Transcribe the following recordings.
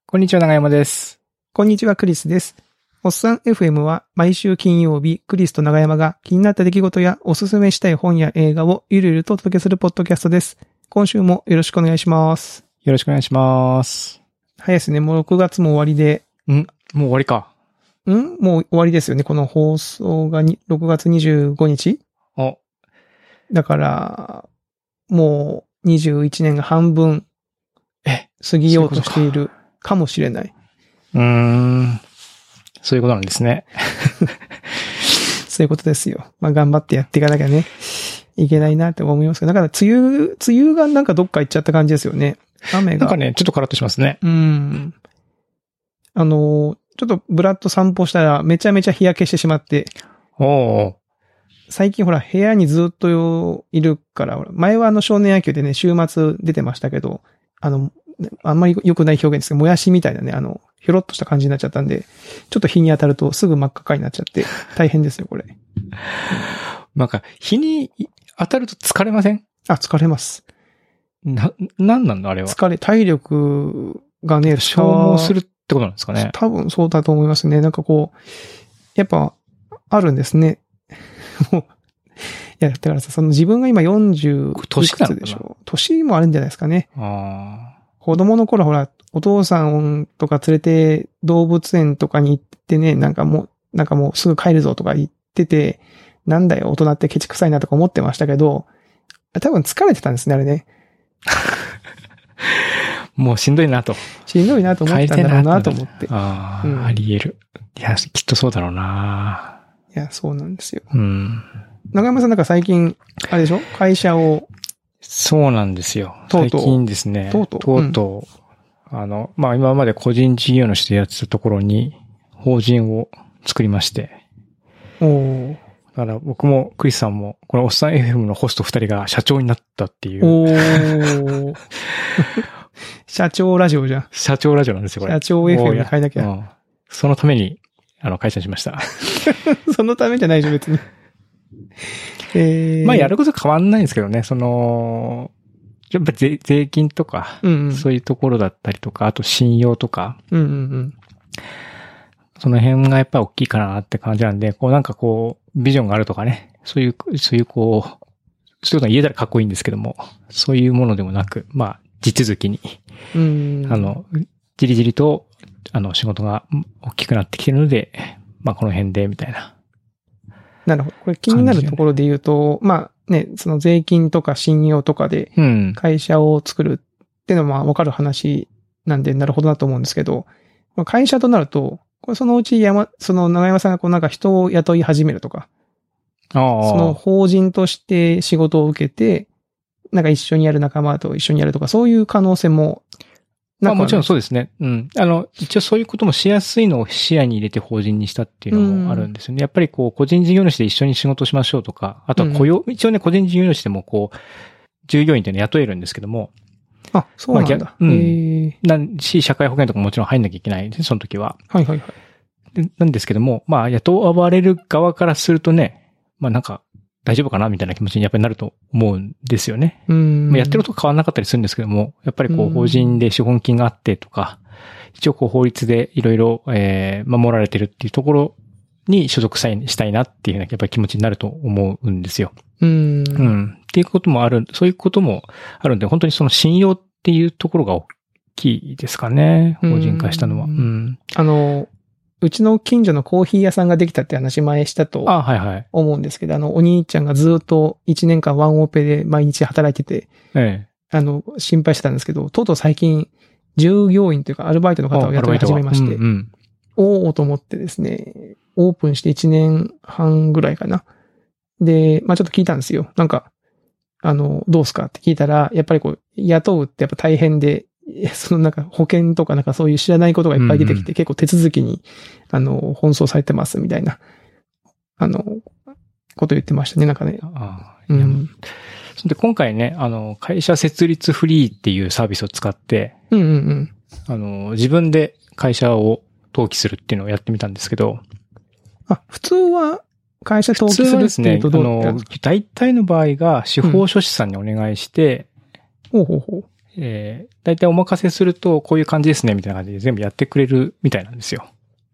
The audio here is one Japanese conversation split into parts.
こんにちは、長山です。 こんにちは、クリスです。おっさん FM は毎週金曜日、クリスと長山が気になった出来事やおすすめしたい本や映画をゆるゆるとお届けするポッドキャストです。今週もよろしくお願いします。 よろしくお願いします。 早いですね。もう6月も終わりで。 もう終わりか。 もう終わりですよね。この放送が6月25日だから、もう21年が半分過ぎようとしているかもしれない。 そういうことなんですね。 そういうことですよ。まあ頑張ってやっていかなきゃね、いけないなって思いますけど、だから梅雨がなんかどっか行っちゃった感じですよね。雨が。 なんかね、ちょっとカラッとしますね。 ちょっとブラッド散歩したらめちゃめちゃ日焼けしてしまって。最近ほら部屋にずっといるから、前は少年野球でね、週末出てましたけど、あんまり良くない表現ですけど、もやしみたいなね、ひょろっとした感じになっちゃったんで、ちょっと日に当たるとすぐ真っ赤になっちゃって、大変ですよ、これ。 なんか、日に当たると疲れません？ 疲れます。 なんなんだ、あれは。 体力がね、 消耗するってことなんですかね。 多分そうだと思いますね。なんかこう、やっぱ、あるんですね。もう、いや、だからさ、自分が今40いくつでしょ。年もあるんじゃないですかね。子供の頃ほら、お父さんとか連れて動物園とかに行ってね、なんかもうすぐ帰るぞとか言ってて、なんだよ、大人ってケチくさいなとか思ってましたけど、多分疲れてたんですね、あれね。 もうしんどいなと。 しんどいなと思ったんだろうなと思って。 あり得る。いや、きっとそうだろうな。 いや、そうなんですよ。長山さんなんか最近、あれでしょ？会社を。 そうなんですよ。最近ですね。とうとう、今まで個人事業主でやってたところに、法人を作りまして。だから僕もクリスさんも、このおっさん FM のホスト2人が社長になったっていう。 社長ラジオじゃん。 社長ラジオなんですよ、これ。 社長 FM に変えなきゃ。 そのために、会社にしました。 そのためじゃないでしょ、別に。 やること変わんないんですけどね、やっぱり税金とか、そういうところだったりとか、あと信用とか、その辺がやっぱり大きいかなって感じなんで、ビジョンがあるとかね、そういうことが言えたらかっこいいんですけども、そういうものでもなく、地続きに、じりじりと、仕事が大きくなってきてるので、この辺で、みたいな。 なるほど。これ気になるところで言うと、その税金とか信用とかで会社を作るっていうのはわかる話なんでなるほどなと思うんですけど、会社となると、そのうちその長山さんが人を雇い始めるとか、その法人として仕事を受けて、一緒にやる仲間と一緒にやるとか、そういう可能性ももちろんそうですね。一応そういうこともしやすいのを視野に入れて法人にしたっていうのもあるんですよね。やっぱり個人事業主で一緒に仕事しましょうとか、あとは一応ね、個人事業主でも従業員っていうのを雇えるんですけども。 そうなんだ。 社会保険とかもちろん入んなきゃいけないんです、その時は。 はいはいはい。 なんですけども、雇われる側からするとね、大丈夫かなみたいな気持ちにやっぱりなると思うんですよね。やってること変わらなかったりするんですけども、やっぱり法人で資本金があってとか、一応法律でいろいろ守られてるっていうところに所属したいなっていうやっぱり気持ちになると思うんですよ。っていうこともそういうこともあるんで、本当にその信用っていうところが大きいですかね。法人化したのは。 うちの近所のコーヒー屋さんができたって話前したと思うんですけど、お兄ちゃんがずっと1年間ワンオペで毎日働いてて、心配してたんですけど、とうとう最近従業員というかアルバイトの方を雇い始めまして、おーと思ってですね、オープンして1年半ぐらいかな。で、ちょっと聞いたんですよ。どうすかって聞いたら、やっぱり雇うってやっぱ大変で、保険とかそういう知らないことがいっぱい出てきて、結構手続きに、奔走されてますみたいな、こと言ってましたね、 で、今回ね、会社設立フリーっていうサービスを使って、自分で会社を登記するっていうのをやってみたんですけど。 普通は会社登記するっていうとどう大体の場合が司法書士さんにお願いして、 だいたいお任せするとこういう感じですねみたいな感じで全部やってくれるみたいなんですよ。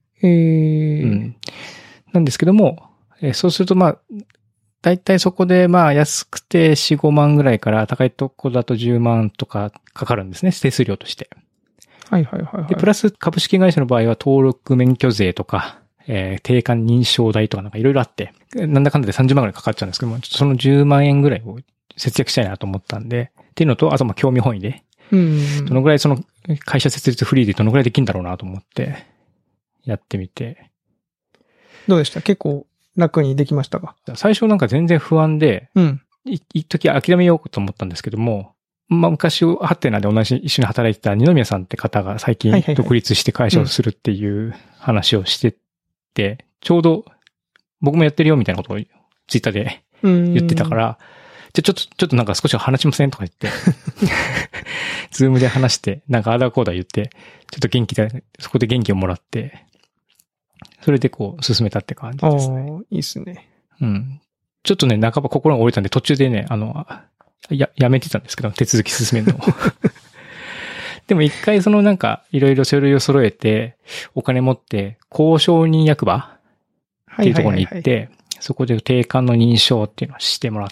なんですけども、そうするとだいたいそこで安くて4、5万ぐらいから高いとこだと10万とかかかるんですね、手数料として。で、プラス株式会社の場合は登録免許税とか、定款認証代とかなんかいろいろあって、なんだかんだで30万ぐらいかかっちゃうんですけども、ちょっとその10万円ぐらいを節約したいなと思ったんで、っていうのと、あと興味本位で、どのぐらいその会社設立フリーでどのぐらいできるんだろうなと思って、やってみて。 どうでした？結構楽にできましたか？ 最初なんか全然不安で、一時諦めようと思ったんですけども、昔ハテナで一緒に働いてた二宮さんって方が最近独立して会社をするっていう話をしてて、ちょうど僕もやってるよみたいなことをツイッターで言ってたから、じゃちょっとなんか少し話しませんとか言って、ズームで話して、なんかあだこうだ言って、ちょっとそこで元気をもらって、それで進めたって感じですね。 いいっすね。 ちょっとね、半ば心が折れたんで途中でね、やめてたんですけど、手続き進めるのを。でも一回なんか、いろいろ書類を揃えて、お金持って、公証人役場っていうところに行って、そこで定款の認証っていうのをしてもらって、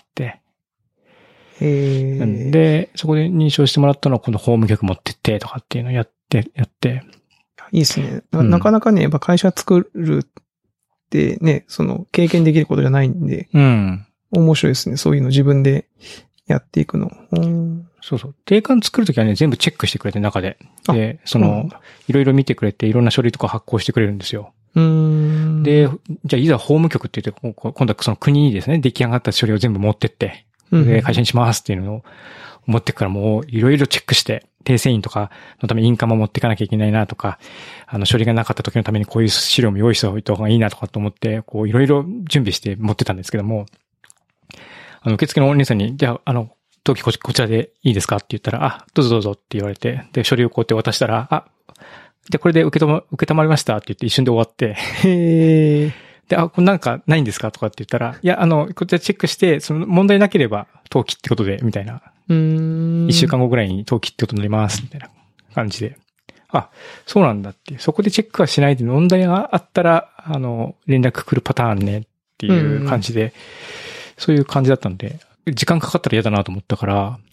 で、そこで認証してもらったのを今度法務局持ってってとかっていうのをやって。 いいですね。なかなかね、やっぱ会社作るってね、経験できることじゃないんで、面白いですね。そういうの自分でやっていくの。 そう。定款作るときはね、全部チェックしてくれて中で。で、いろいろ見てくれて、いろんな書類とか発行してくれるんですよ。で、じゃあいざ法務局って言って、今度は国にですね、出来上がった書類を全部持ってって、で、会社にしますっていうのを持ってからもういろいろチェックして、訂正員とかのために印鑑も持っていかなきゃいけないなとか、書類がなかった時のためにこういう資料も用意しておいた方がいいなとかと思って、いろいろ準備して持ってたんですけども、受付のお姉さんに、じゃあ、登記こちらでいいですかって言ったら、どうぞどうぞって言われて、で、書類をこうやって渡したら、じゃあこれで受けまりましたって言って一瞬で終わって、で、これなんかないんですかとかって言ったら、いや、こちらチェックして、問題なければ登記ってことで、みたいな。1週間後ぐらいに登記ってことになります、みたいな感じで。そうなんだっていう。そこでチェックはしないで問題があったら、連絡来るパターンねっていう感じで、そういう感じだったんで、時間かかったら嫌だなと思ったから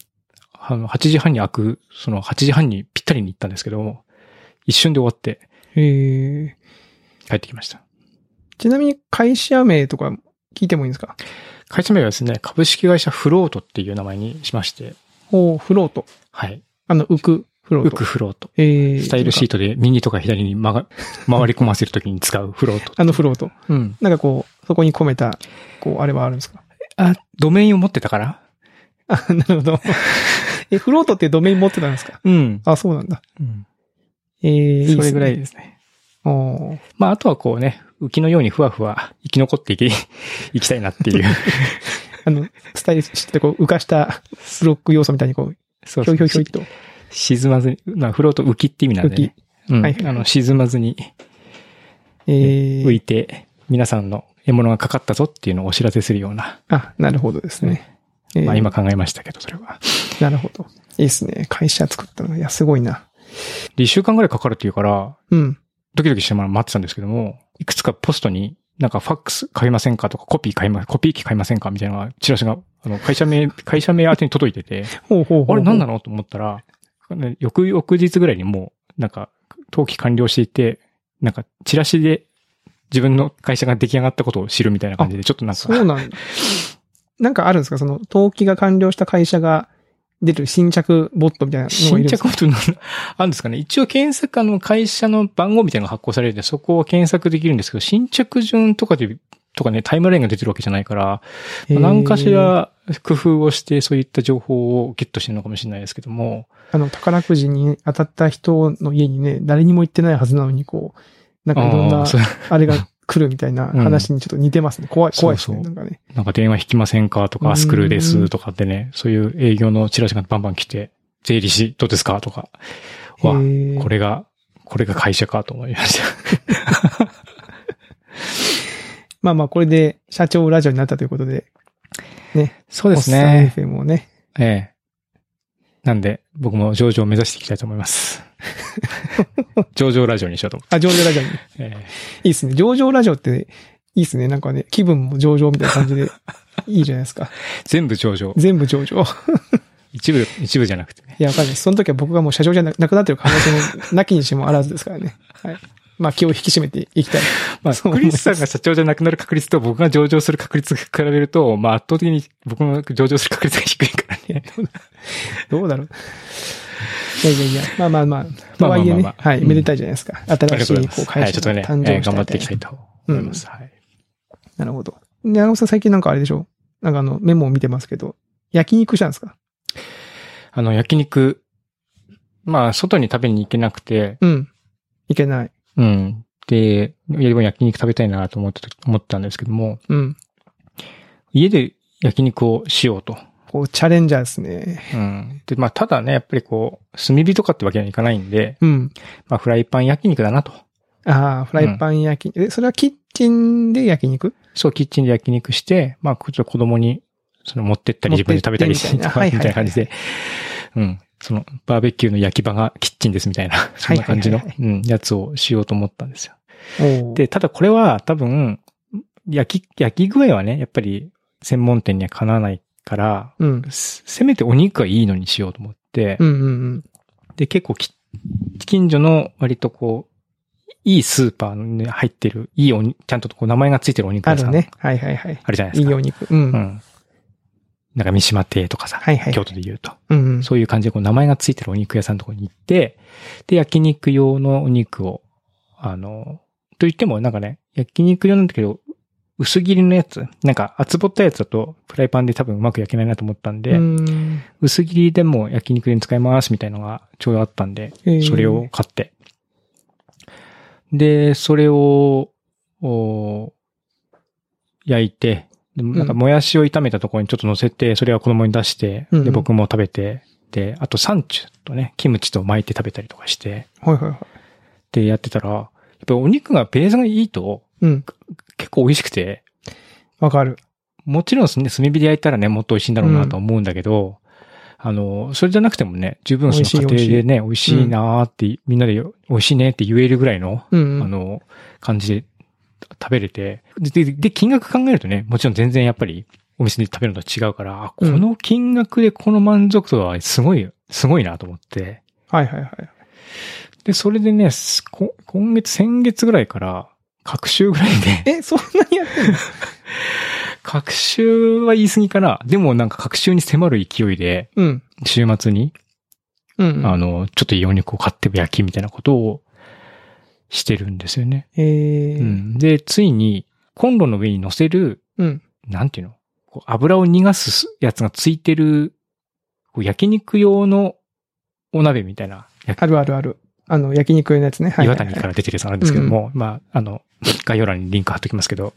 、8時半に8時半にぴったりに行ったんですけど、一瞬で終わって、帰ってきました。 ちなみに会社名とか聞いてもいいんですか？ 会社名はですね、株式会社フロートっていう名前にしまして。 フロート。 はい。 浮くフロート。 浮くフロート。スタイルシートで右とか左に回り込ませるときに使うフロート。 フロート。なんかそこに込めた、あれはあるんですか？ ドメインを持ってたから。 なるほど。フロートってドメイン持ってたんですか？そうなんだ。いいですね。 それぐらいですね。あとは浮きのようにふわふわ生き残っていきたいなっていう。 スタイルして浮かしたブロック要素みたいにひょいひょいひょいと。 沈まずに、フロート浮きって意味なんでね。沈まずに、浮いて、皆さんの獲物がかかったぞっていうのをお知らせするような。 なるほどですね。 今考えましたけど、それは。 なるほど。いいですね。会社作ったの。いや、すごいな。 1週間ぐらいかかるっていうから、ドキドキして待ってたんですけども、いくつかポストになんかファックス買いませんかとかコピー機買いませんかみたいなチラシが、会社名宛てに届いてて、あれ何なのと思ったら、翌日ぐらいにもう、なんか、登記完了していて、なんか、チラシで自分の会社が出来上がったことを知るみたいな感じで、ちょっとなんか。 そうなんだ。なんかあるんですか？登記が完了した会社が出る新着ボットみたいなのがいるんですか？ 新着ボットあるんですかね。一応検索会社の番号みたいなのが発行されて、そこを検索できるんですけど、新着順とかね、タイムラインが出てるわけじゃないから、何かしら工夫をしてそういった情報をゲットしてるのかもしれないですけども。 宝くじに当たった人の家にね、誰にも行ってないはずなのになんかいろんな、あれが来るみたいな話にちょっと似てますね。怖いですね。なんかね。 なんか電話引きませんかとか、スクルーですとかってね、そういう営業のチラシがバンバン来て、税理士どうですかとか、これが会社かと思いました。 これで社長ラジオになったということで、ね。 そうですね。 FM をね。 なんで、僕も上場を目指していきたいと思います。上場ラジオにしようと思って。 上場ラジオに。いいですね。上場ラジオって、いいですね。なんかね、気分も上場みたいな感じで、いいじゃないですか。 全部上場。 全部上場。 一部じゃなくてね。 いや、わかんない。その時は僕がもう社長じゃなくなってる可能性も、なきにしもあらずですからね。はい。まあ気を引き締めていきたい。 まあ、クリスさんが社長じゃなくなる確率と僕が上場する確率が比べると、まあ圧倒的に僕の上場する確率が低いからね。 どうだろう。いや。まあ。とはいえね、はい、めでたいじゃないですか。新しい、こう、会社が誕生した。 頑張っていきたいと思います。はい。 なるほど。長尾さん最近なんかあれでしょ？なんかメモを見てますけど、焼肉したんですか？ 焼肉、まあ、外に食べに行けなくて。 行けない。 で、焼肉食べたいなと思ったんですけども。家で焼肉をしようと。 こう、チャレンジャーですね。 で、まあ、ただね、やっぱりこう、炭火とかってわけにはいかないんで。まあ、フライパン焼肉だなと。 ああ、フライパン焼肉。それはキッチンで焼肉？ そう、キッチンで焼肉して、まあ、ちょっと子供に、持ってったり自分で食べたりしてみたいな感じで。バーベキューの焼き場がキッチンですみたいな、そんな感じの、やつをしようと思ったんですよ。で、ただこれは多分、焼き具合はね、やっぱり専門店にはかなわないから、せめてお肉はいいのにしようと思って、で、結構近所の割とこう、いいスーパーに入ってる、ちゃんとこう名前がついてるお肉屋さん。 あるね。はい。 あるじゃないですか。 いいお肉。 なんか三島亭とかさ、京都で言うと。そういう感じでこう名前がついてるお肉屋さんのところに行って、で、焼肉用のお肉を、と言ってもなんかね、焼肉用なんだけど、薄切りのやつ、なんか厚ぼったやつだとフライパンで多分うまく焼けないなと思ったんで、薄切りでも焼肉に使いますみたいなのがちょうどあったんで、それを買って。で、それを、焼いて、でなんかもやしを炒めたところにちょっと乗せて、それは子供に出して、で、僕も食べて、で、あとサンチュとね、キムチと巻いて食べたりとかして、で、やってたら、やっぱりお肉がベースがいいと、結構美味しくて。 わかる。 もちろんですね、炭火で焼いたらね、もっと美味しいんだろうなと思うんだけど、それじゃなくてもね、十分その家庭でね、美味しいなーって、みんなで美味しいねって言えるぐらいの、感じで食べれて、で、金額考えるとね、もちろん全然やっぱりお店で食べるのと違うから、この金額でこの満足度はすごいなと思って。で、それでね、先月ぐらいから、隔週ぐらいで。 そんなにやってんの？ 隔週は言い過ぎかな。でもなんか隔週に迫る勢いで、週末に、ちょっといいお肉を買って焼きみたいなことをしてるんですよね。で、ついに、コンロの上に乗せる、なんていうの？油を逃がすやつがついてる、焼肉用のお鍋みたいな。 ある。焼肉用のやつね。 岩谷から出てるやつなんですけども、まあ、概要欄にリンク貼っときますけど、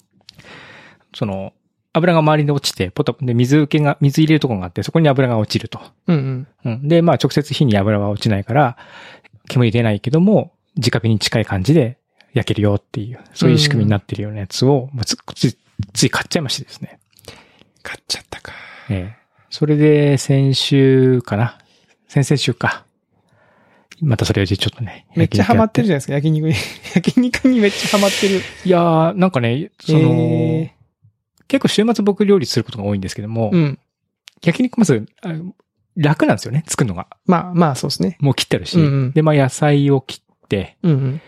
油が周りで落ちて、で、水入れるところがあって、そこに油が落ちると。で、まあ、直接火に油は落ちないから、煙出ないけども、直火に近い感じで焼けるよっていう、そういう仕組みになってるようなやつを、つい買っちゃいましてですね。 買っちゃったか。 それで、先々週か。またそれをちょっとね。 めっちゃハマってるじゃないですか、焼肉に。焼肉にめっちゃハマってる。 いやー、なんかね、結構週末僕料理することが多いんですけども、焼肉まず、楽なんですよね、作るのが。 まあ、そうですね。 もう切ってあるし。で、まあ野菜を切って、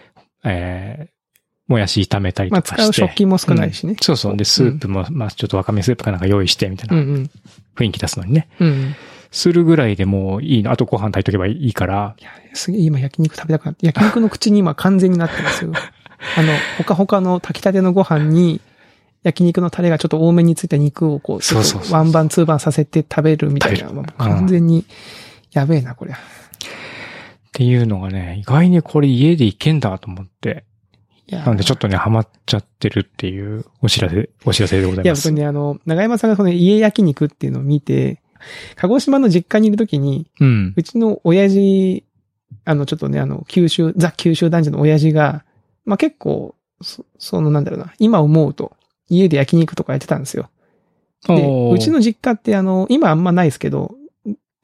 もやし炒めたりとかして。 まあ使う食器も少ないしね。 そう。で、スープも、まあちょっとわかめスープかなんか用意して、みたいな雰囲気出すのにね。するぐらいでもういいの。あとご飯炊いとけばいいから。 いや、すげえ今焼肉食べたくなって。焼肉の口に今完全になってますよ。ほかほかの炊きたてのご飯に、焼肉のタレがちょっと多めについた肉をこう、ワンバンツーバンさせて食べるみたいな。完全に、やべえな、こりゃ。 っていうのがね、意外にこれ家でいけんだと思って。なのでちょっとね、ハマっちゃってるっていうお知らせでございます。 いや、僕ね、長山さんがこの家焼肉っていうのを見て、鹿児島の実家にいるときに、うちの親父、ちょっとね、九州男児の親父が、まあ、結構、なんだろうな、今思うと、家で焼肉とかやってたんですよ。で、うちの実家って今あんまないですけど、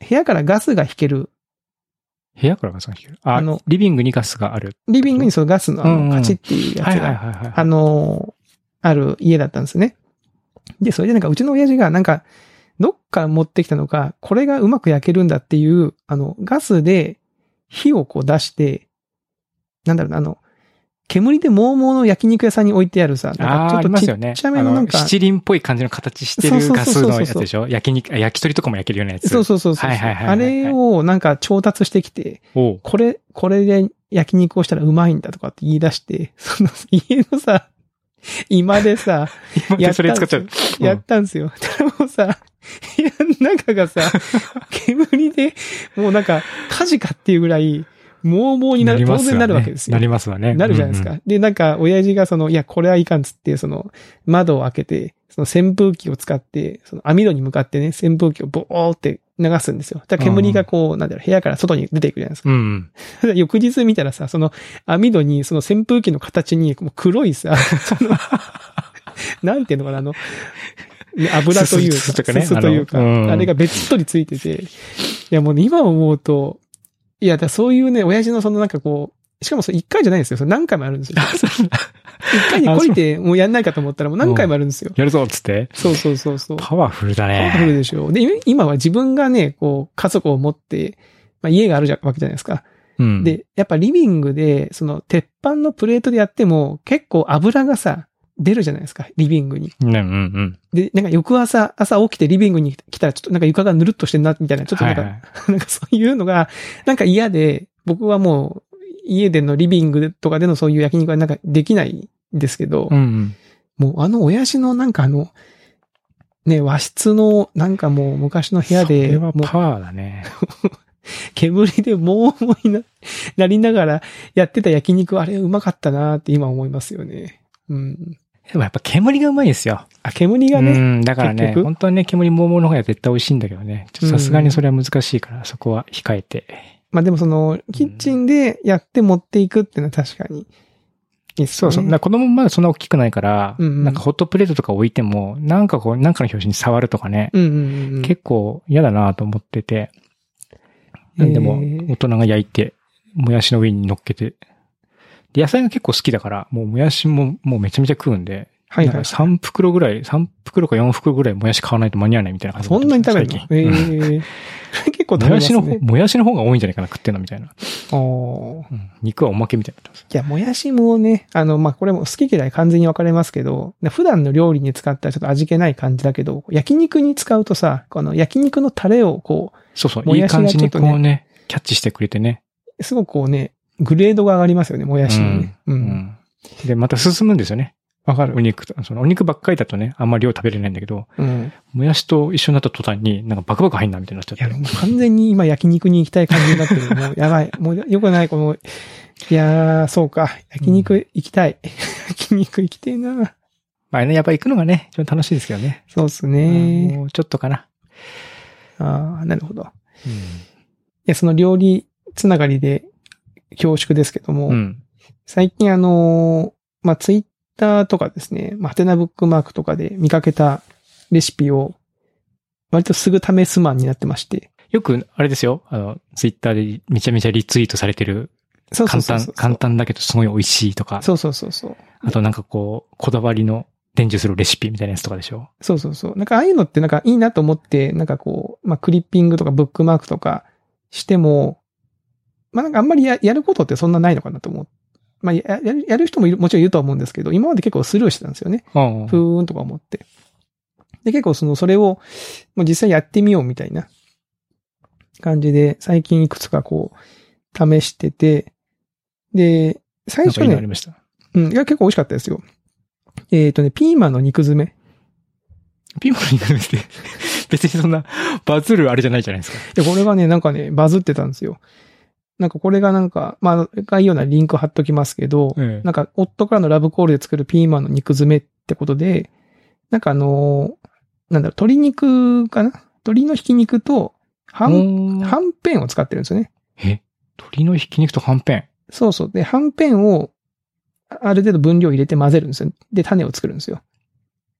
部屋からガスが引ける。 部屋からガスが引ける。リビングにガスがある。 リビングにそのガスのカチッっていうやつが、ある家だったんですね。で、それでなんかうちの親父がなんか、どっから持ってきたのか、これがうまく焼けるんだっていう、ガスで火をこう出して、なんだろうな、煙でもうもうの焼肉屋さんに置いてあるさ、なんかちょっとちっちゃめのなんか、 七輪っぽい感じの形してるガスのやつでしょ？焼き鳥とかも焼けるようなやつ。 そう。はい。あれをなんか調達してきて、これで焼肉をしたらうまいんだとかって言い出して、その家のさ、今でさ、やったんですよ。でもさ、部屋の中がさ、煙で、もうなんか火事かっていうぐらい、もう当然なるわけですよ。 なりますわね。 なるじゃないですか。で、なんか、親父がいや、これはいかんつって、窓を開けて、扇風機を使って、網戸に向かってね、扇風機をボーって流すんですよ。だから煙がこう、なんだろう、部屋から外に出ていくじゃないですか。翌日見たらさ、網戸に、扇風機の形に、もう黒いさ、なんていうのかな、油というか、すすというか、あれがべっとりついてて、いやもうね、今思うと、いや、そういうね、親父のなんかこう、しかも一回じゃないんですよ。何回もあるんですよ。一回に懲りてもうやんないかと思ったらもう何回もあるんですよ。 やるぞっつって。 そう。 パワフルだね。 パワフルでしょ。で、今は自分がね、こう、家族を持って、家があるわけじゃないですか。で、やっぱリビングで、鉄板のプレートでやっても結構油がさ、出るじゃないですか、リビングに。で、なんか翌朝起きてリビングに来たらちょっとなんか床がぬるっとしてんな、みたいな、ちょっとなんか、なんかそういうのが、なんか嫌で、僕はもう家でのリビングとかでのそういう焼肉はなんかできないんですけど、もう親父のなんかね、和室のなんかもう昔の部屋で、 それはパワーだね。 煙でもうになりながらやってた焼肉あれうまかったなって今思いますよね。 でもやっぱ煙がうまいですよ。 煙がね。 だからね、本当はね、煙もうの方が絶対美味しいんだけどね。さすがにそれは難しいから、そこは控えて。 まあでもキッチンでやって持っていくっていうのは確かにいいっすね。 そう。子供まだそんな大きくないから、なんかホットプレートとか置いても、なんかの表紙に触るとかね。結構嫌だなと思ってて。でも、大人が焼いて、もやしの上に乗っけて、で、野菜が結構好きだから、もうもやしももうめちゃめちゃ食うんで、3袋ぐらい、3袋か4袋ぐらいもやし買わないと間に合わないみたいな感じ。 そんなに食べるの？結構食べますね。 もやしの方が多いんじゃないかな、食ってんのみたいな。肉はおまけみたいになってます。 いや、もやしもね、これも好き嫌い完全に分かれますけど、普段の料理に使ったらちょっと味気ない感じだけど、焼肉に使うとさ、焼肉のタレをこう、 そう、いい感じにこうね、キャッチしてくれてね。 すごくこうね、グレードが上がりますよね、もやしにね。 で、また進むんですよね。 わかる。 お肉ばっかりだとね、あんまり量食べれないんだけど、もやしと一緒になった途端に、なんかバクバク入んなみたいになっちゃって。 いや、もう完全に今焼肉に行きたい感じになってる。もうやばい。もう良くない、いやー、そうか。焼肉行きたい。焼肉行きてえな。 まあね、やっぱ行くのがね、一番楽しいですけどね。 そうですね。 もうちょっとかな。 なるほど。いや、その料理つながりで恐縮ですけども、最近ツイッターとかですね、ハテナブックマークとかで見かけたレシピを割とすぐ試すマンになってまして。 よく、あれですよ、ツイッターでめちゃめちゃリツイートされてる。簡単だけどすごい美味しいとか。 そう。 あとなんかこだわりの伝授するレシピみたいなやつとかでしょ。 そう。なんかああいうのってなんかいいなと思って、なんかクリッピングとかブックマークとかしても、なんかあんまりやることってそんなないのかなと思う。やる人ももちろんいるとは思うんですけど、今まで結構スルーしてたんですよね。ふーんとか思って。で、結構それを、実際やってみようみたいな感じで、最近いくつか試してて、で、最初ね、いや、結構美味しかったですよ。ピーマンの肉詰め。 ピーマンの肉詰めって別にそんなバズるあれじゃないじゃないですか。 いや、これがね、なんかね、バズってたんですよ。なんかこれがなんか、概要欄リンク貼っときますけど、なんか夫からのラブコールで作るピーマンの肉詰めってことで、なんか鶏肉かな？鶏のひき肉とはんぺんを使ってるんですよね。 鶏のひき肉とはんぺん？ そう。で、はんぺんをある程度分量入れて混ぜるんですよ。で、種を作るんですよ。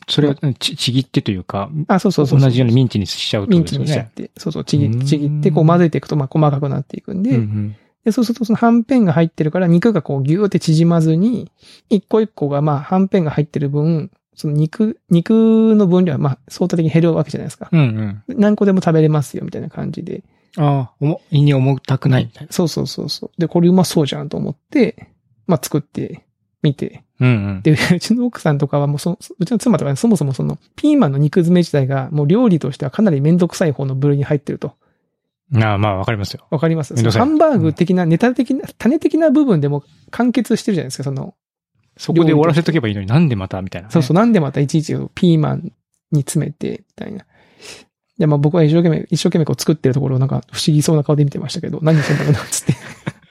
それはちぎってというか、 そう。 同じようにミンチにしちゃうと、 ミンチにしちゃって、ちぎってこう混ぜていくと、細かくなっていくんで、で、そうするとそのはんぺんが入ってるから肉がこうギューって縮まずに、一個一個がはんぺんが入ってる分、その肉の分量は相対的に減るわけじゃないですか。何個でも食べれますよみたいな感じで。 胃に重たくないみたいな。 そう。で、これうまそうじゃんと思って、作ってみて。で、うちの奥さんとかはうちの妻とかそもそもピーマンの肉詰め自体がもう料理としてはかなりめんどくさい方の部類に入ってると。 わかりますよ。 わかります。ハンバーグ的な、種的な部分でも完結してるじゃないですか、 そこで終わらせとけばいいのになんでまたみたいな、ね。 そう、なんでまたいちいちピーマンに詰めて、みたいな。いや、僕は一生懸命こう作ってるところを不思議そうな顔で見てましたけど、何してんだろうな、つって。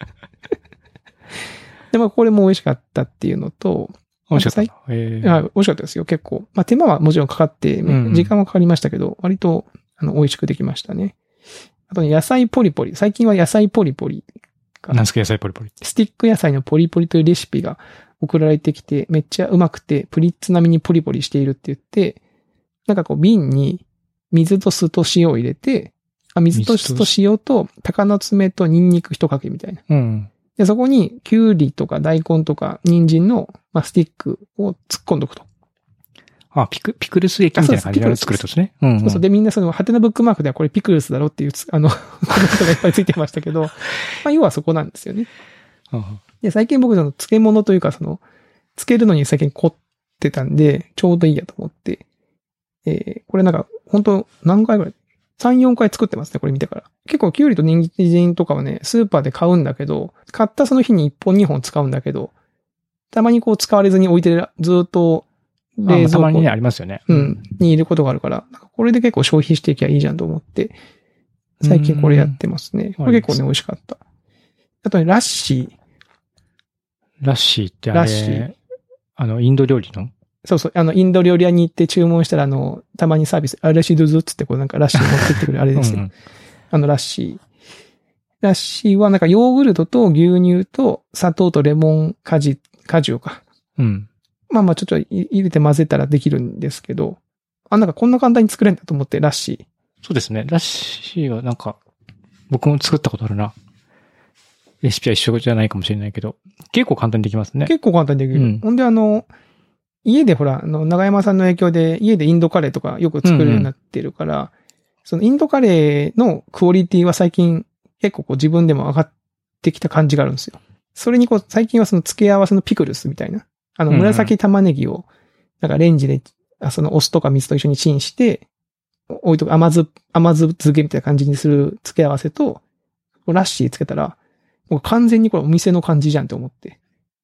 で、これも美味しかったっていうのと、 美味しかった。 美味しかったですよ、結構。手間はもちろんかかって、時間はかかりましたけど、割と、美味しくできましたね。あと野菜ポリポリ。最近は野菜ポリポリ。 何ですか、野菜ポリポリ。 スティック野菜のポリポリというレシピが送られてきて、めっちゃうまくて、プリッツ並みにポリポリしているって言って、瓶に水と酢と塩を入れて、水と酢と塩と鷹の爪とニンニク一かけみたいな。で、そこにキュウリとか大根とか人参のスティックを突っ込んどくと。 ピクルス液みたいな感じで作るとですね。 そう。で、みんなハテナブックマークではこれピクルスだろっていうコメントがいっぱいついてましたけど、要はそこなんですよね。で、最近僕漬物というか漬けるのに最近凝ってたんで、ちょうどいいやと思って、これ本当何回ぐらい ?3、4回作ってますね、これ見てから。結構キュウリと人参とかはね、スーパーで買うんだけど、買ったその日に1本2本使うんだけど、たまに使われずに置いてる、ずっと、 冷蔵庫たまにね、ありますよね。 に入れることがあるから、これで結構消費していきゃいいじゃんと思って、最近これやってますね。これ結構ね、美味しかった。あとね、ラッシー。 ラッシーってインド料理の？ そう。インド料理屋に行って注文したら、たまにサービス、ラッシーどうぞっつって、ラッシー持ってってくるあれですよ。ラッシー。ラッシーはヨーグルトと牛乳と砂糖とレモン果汁か。ちょっと入れて混ぜたらできるんですけど、こんな簡単に作れるんだと思って、ラッシー。そうですね。ラッシーは僕も作ったことあるな。レシピは一緒じゃないかもしれないけど、結構簡単にできますね。 結構簡単にできる。ほんで家で長山さんの影響で家でインドカレーとかよく作るようになってるから、そのインドカレーのクオリティは最近結構自分でも上がってきた感じがあるんですよ。それに最近は付け合わせのピクルスみたいな。紫玉ねぎを、レンジで、お酢とか水と一緒にチンして、置いとく、甘酢漬けみたいな感じにする付け合わせと、ラッシーつけたら、もう完全にこれお店の感じじゃんって思って。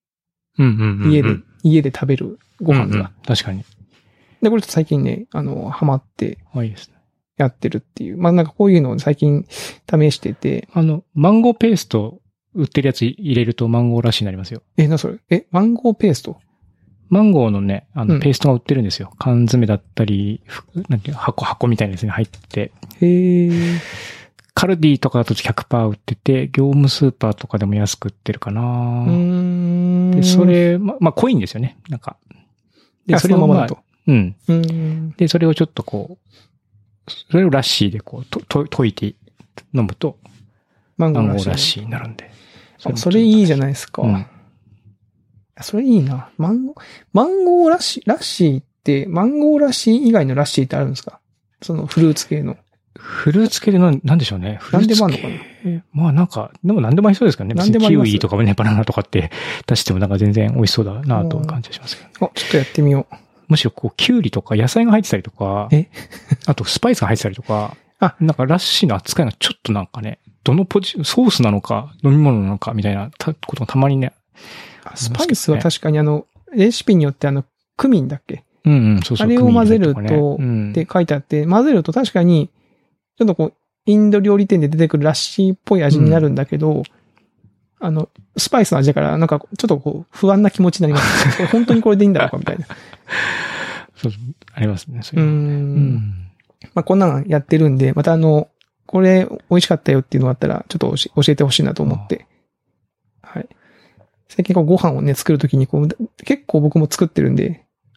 家で食べるご飯が。 確かに。 で、これ最近ね、ハマって、 いいですね。 やってるっていう。こういうのを最近試してて。 マンゴーペースト売ってるやつ入れるとマンゴーラッシーになりますよ。 それ？マンゴーペースト？ マンゴーのね、ペーストが売ってるんですよ。缶詰だったり、箱みたいなやつに入ってて。カルディとかだと 100% 売ってて、業務スーパーとかでも安く売ってるかな。で、それ、濃いんですよね。 で、それをで、それをちょっとそれをラッシーで溶いて飲むと、マンゴーラッシーになるんで。 それいいじゃないですか。それいいな。マンゴーラッシーって、マンゴーラッシー以外のラッシーってあるんですか？フルーツ系の。 フルーツ系でなんでしょうね。 何でもあるのかな？でも何でもありそうですかね。別にキウイとかもね、バナナとかって出しても全然美味しそうだなと感じがしますけど。 ちょっとやってみよう。 むしろキュウリとか野菜が入ってたりとか、あとスパイスが入ってたりとか、ラッシーの扱いがちょっとどのソースなのか飲み物なのかみたいなことがたまにね。 スパイスは確かにレシピによってクミンだっけ？ そう。 あれを混ぜると、って書いてあって、混ぜると確かに、ちょっとインド料理店で出てくるラッシーっぽい味になるんだけど、スパイスの味だから、ちょっと不安な気持ちになります。本当にこれでいいんだろうかみたいな。 そう、ありますね。 こんなのやってるんで、またこれ美味しかったよっていうのがあったら、ちょっと教えてほしいなと思って。はい。最近ご飯をね、作るときに結構僕も作ってるんで、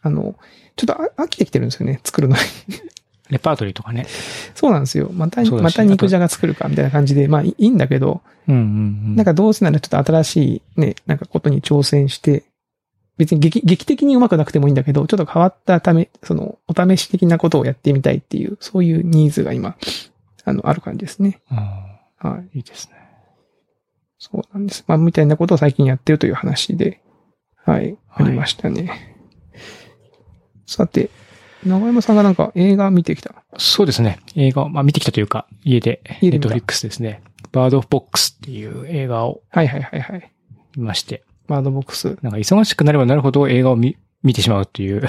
ちょっと飽きてきてるんですよね、作るのに。 レパートリーとかね。 そうなんですよ。また肉じゃが作るか、みたいな感じで、まあいいんだけど、なんかどうせならちょっと新しいね、なんかことに挑戦して、別に劇的にうまくなくてもいいんだけど、ちょっと変わったお試し的なことをやってみたいっていう、そういうニーズが今、ある感じですね。 はい。いいですね。 そうなんです。まあ、みたいなことを最近やってるという話で、はい、ありましたね。さて、長山さんがなんか映画見てきた？ そうですね。映画を、見てきたというか、家で、Netflix ですね。バードボックスっていう映画を。 見まして。 バードボックス。 なんか忙しくなればなるほど映画を見てしまうっていう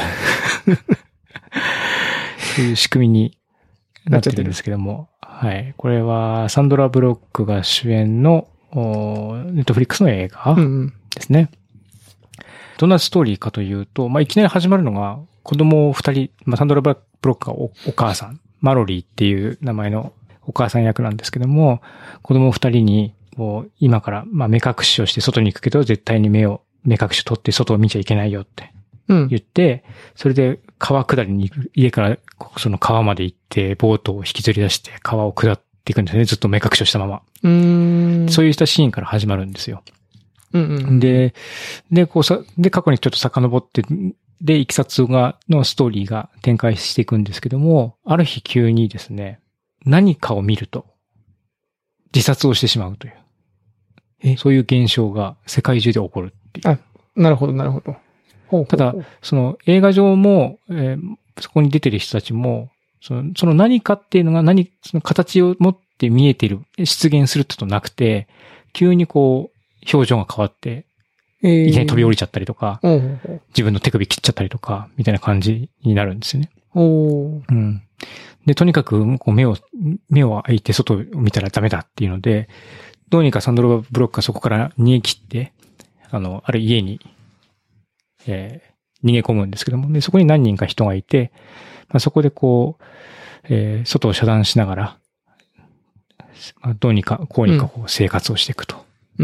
そういう仕組みになってるんですけども。はい。これは、サンドラ・ブロックが主演の、Netflix の映画ですね。どんなストーリーかというと、いきなり始まるのが、子供二人、サンドラ・ブロックがお母さん、マロリーっていう名前のお母さん役なんですけども、子供二人に、今から、目隠しをして外に行くけど、絶対に目隠しを取って外を見ちゃいけないよって言って、それで川下りに家からその川まで行って、ボートを引きずり出して川を下っていくんですね。ずっと目隠しをしたまま。そういうしたシーンから始まるんですよ。で、過去にちょっと遡って、で、いきさつのストーリーが展開していくんですけども、ある日急にですね、何かを見ると、自殺をしてしまうという。そういう現象が世界中で起こるっていう。 なるほど。 ただ、その映画上も、そこに出てる人たちも、その何かっていうのがその形を持って見えている、出現するってことなくて、急に表情が変わって、いきなり飛び降りちゃったりとか、自分の手首切っちゃったりとか、みたいな感じになるんですよね。で、とにかく、目を開いて外を見たらダメだっていうので、どうにかサンドラ・ブロックがそこから逃げ切って、ある家に、逃げ込むんですけども、で、そこに何人か人がいて、そこで外を遮断しながら、どうにかこうにか生活をしていくと。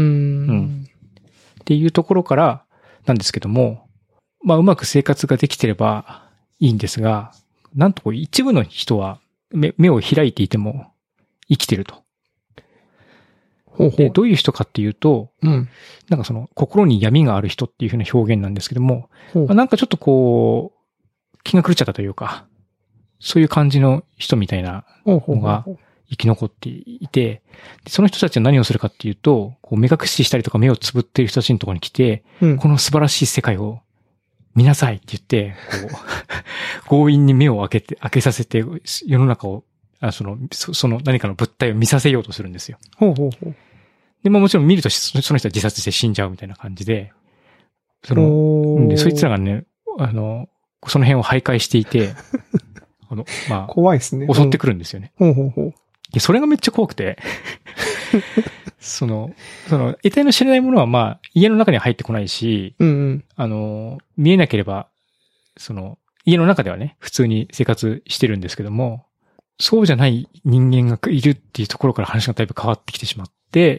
っていうところからなんですけども、うまく生活ができてればいいんですが、なんと一部の人は目を開いていても生きてると。で、どういう人かっていうと、なんか心に闇がある人っていう風な表現なんですけども、なんかちょっと気が狂っちゃったというか、そういう感じの人みたいなのが生き残っていて、その人たちは何をするかっていうと、目隠ししたりとか目をつぶっている人たちのところに来て、この素晴らしい世界を見なさいって言って、強引に目を開けさせて、世の中を、その何かの物体を見させようとするんですよ。で、もちろん見るとその人は自殺して死んじゃうみたいな感じで、そいつらがね、その辺を徘徊していて、 怖いですね。 襲ってくるんですよね。それがめっちゃ怖くて、得体の知れないものは家の中には入ってこないし、見えなければ、家の中ではね、普通に生活してるんですけども、そうじゃない人間がいるっていうところから話がだいぶ変わってきてしまって、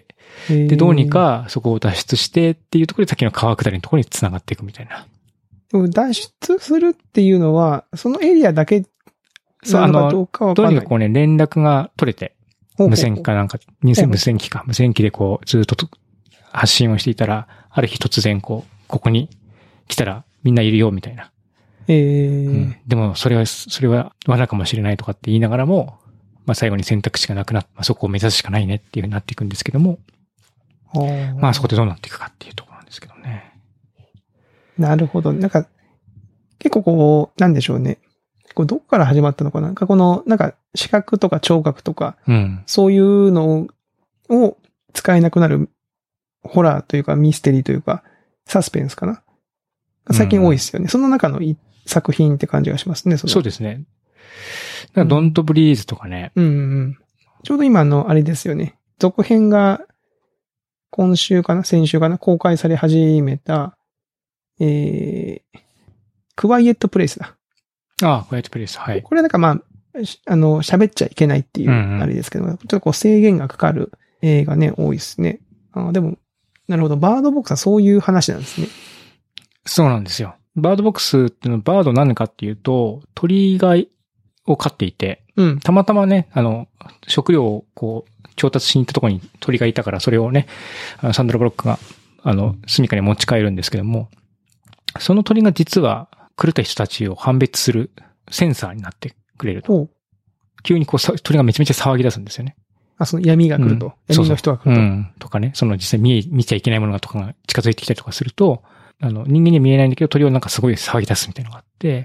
で、どうにかそこを脱出してっていうところでさっきの川下りのところに繋がっていくみたいな。 脱出するっていうのは、そのエリアだけなのかどうかわかんない。 どうにか連絡が取れて、無線かなんか、無線機でずっと発信をしていたら、ある日突然ここに来たらみんないるよみたいな。でもそれは罠かもしれないとかって言いながらも、最後に選択肢がなくなって、そこを目指すしかないねっていう風になっていくんですけども、そこでどうなっていくかっていうところなんですけどね。 なるほど。なんか、結構なんでしょうね。どこから始まったのかな？なんか視覚とか聴覚とか、そういうのを使えなくなるホラーというかミステリーというか、サスペンスかな？最近多いですよね。その中の作品って感じがしますね。 そうですね。ドントブリーズとかね。 ちょうど今あれですよね。続編が先週かな公開され始めた、クワイエットプレイスだ。 クワイエットプレイス。はい。 これなんか喋っちゃいけないっていう、あれですけど、ちょっと制限がかかる映画ね、多いですね。でも、なるほど。バードボックスはそういう話なんですね。 そうなんですよ。 バードボックスっていうのはバード何かっていうと、鳥を飼っていて、たまたまね、食料をこう、調達しに行ったところに鳥がいたから、それをね、サンドラブロックが、住処に持ち帰るんですけども、その鳥が実は狂った人たちを判別するセンサーになってくれると。急にこう、鳥がめちゃめちゃ騒ぎ出すんですよね。 その闇が来ると。闇の人が来ると。とかね、その実際見ちゃいけないものとかが近づいてきたりとかすると、人間には見えないんだけど、鳥はなんかすごい騒ぎ出すみたいなのがあって、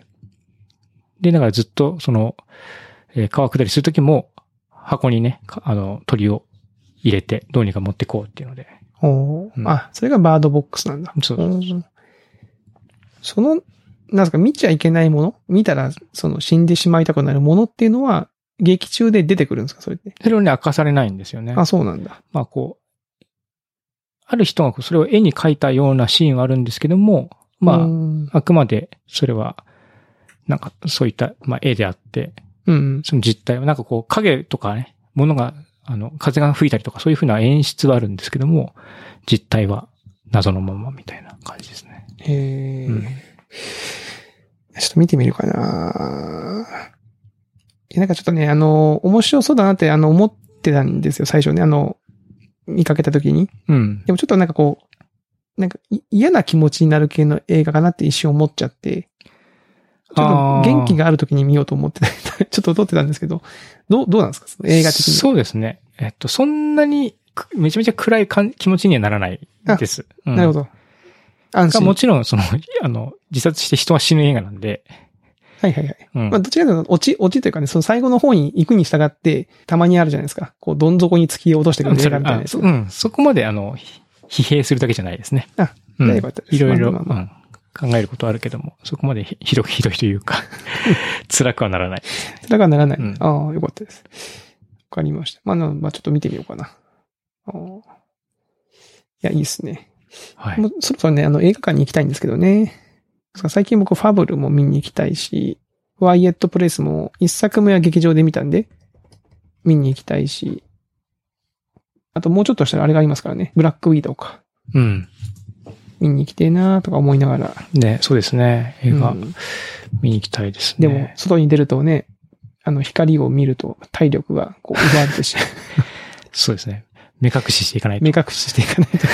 で、だからずっと、川下りするときも、箱にね、鳥を入れて、どうにか持ってこうっていうので。 それがバードボックスなんだ。そう。なんですか、見ちゃいけないもの見たら、死んでしまいたくなるものっていうのは、劇中で出てくるんですか、それって。 それをね、明かされないんですよね。 そうなんだ。 ある人がそれを絵に描いたようなシーンはあるんですけども、あくまで、それは、なんか、そういった、絵であって、その実態は、なんかこう、影とかね、物が、風が吹いたりとか、そういうふうな演出はあるんですけども、実態は謎のままみたいな感じですね。 ちょっと見てみるかな。なんかちょっとね、面白そうだなって思ってたんですよ、最初ね、見かけた時に。でもちょっとなんかこう、なんか嫌な気持ちになる系の映画かなって一瞬思っちゃって、ちょっと元気がある時に見ようと思ってちょっと撮ってたんですけど、どうなんですか、その映画的に。 そうですね。そんなにめちゃめちゃ暗い気持ちにはならないです。 なるほど。安心。 もちろん、自殺して人は死ぬ映画なんで。 はい。どちらかというと、落ちというかね、その最後の方に行くに従って、たまにあるじゃないですか。こう、どん底に突き落としてくる映画みたいなやつ。 そこまで疲弊するだけじゃないですね。 よかったです。 いろいろ考えることあるけども、そこまでひどいというか、辛くはならない。 辛くはならない。よかったです。わかりました。ちょっと見てみようかな。いや、いいですね。もうそろそろね、映画館に行きたいんですけどね。最近僕ファブルも見に行きたいし、ワイエットプレイスも一作目は劇場で見たんで、見に行きたいし、あともうちょっとしたらあれがありますからね、ブラックウィドウか。見に行きてえなーとか思いながら。 ね、そうですね。映画、見に行きたいですね。 でも、外に出るとね、光を見ると体力がこう奪われてしそうですね。目隠ししていかないと。 目隠ししていかないと。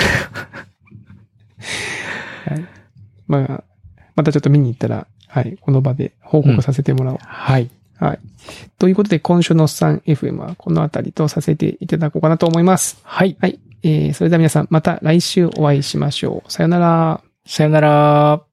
はい。またちょっと見に行ったら、この場で報告させてもらおう。 はい。 ということで、今週のおっさん FM はこのあたりとさせていただこうかなと思います。 はい。 それでは皆さん、また来週お会いしましょう。さよなら。 さよなら。